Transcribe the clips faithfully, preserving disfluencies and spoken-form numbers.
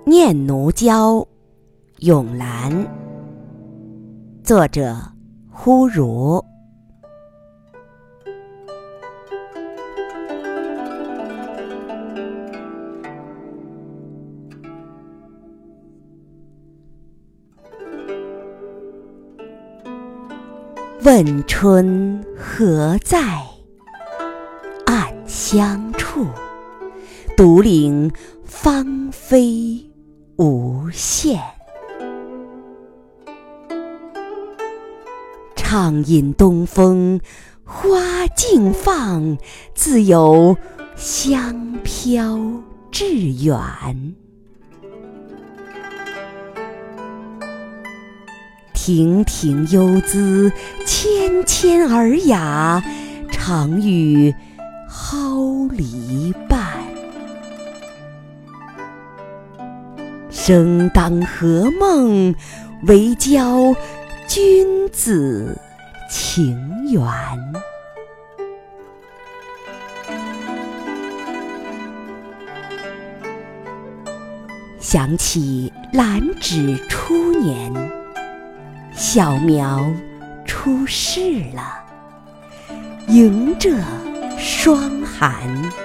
念奴娇·咏兰，作者呼如。问春何在？暗香处，独领芳菲无限。畅饮东风花尽放，自有香飘致远。亭亭幽姿，谦谦尔雅，常与蒿篱伴。生当何梦，为教君子情缘。想起兰芷初年，小苗出世了，迎着霜寒。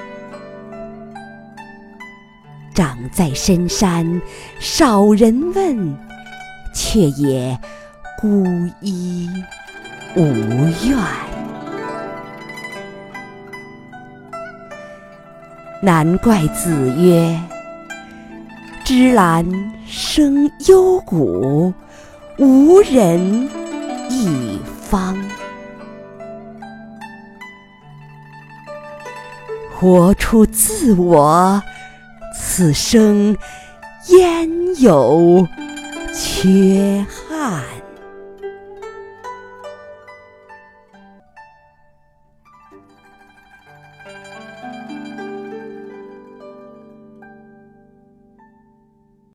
长在深山，少人问，却也孤依无怨。难怪子曰：芝兰生幽谷，无人一方。活出自我，此生焉有缺憾？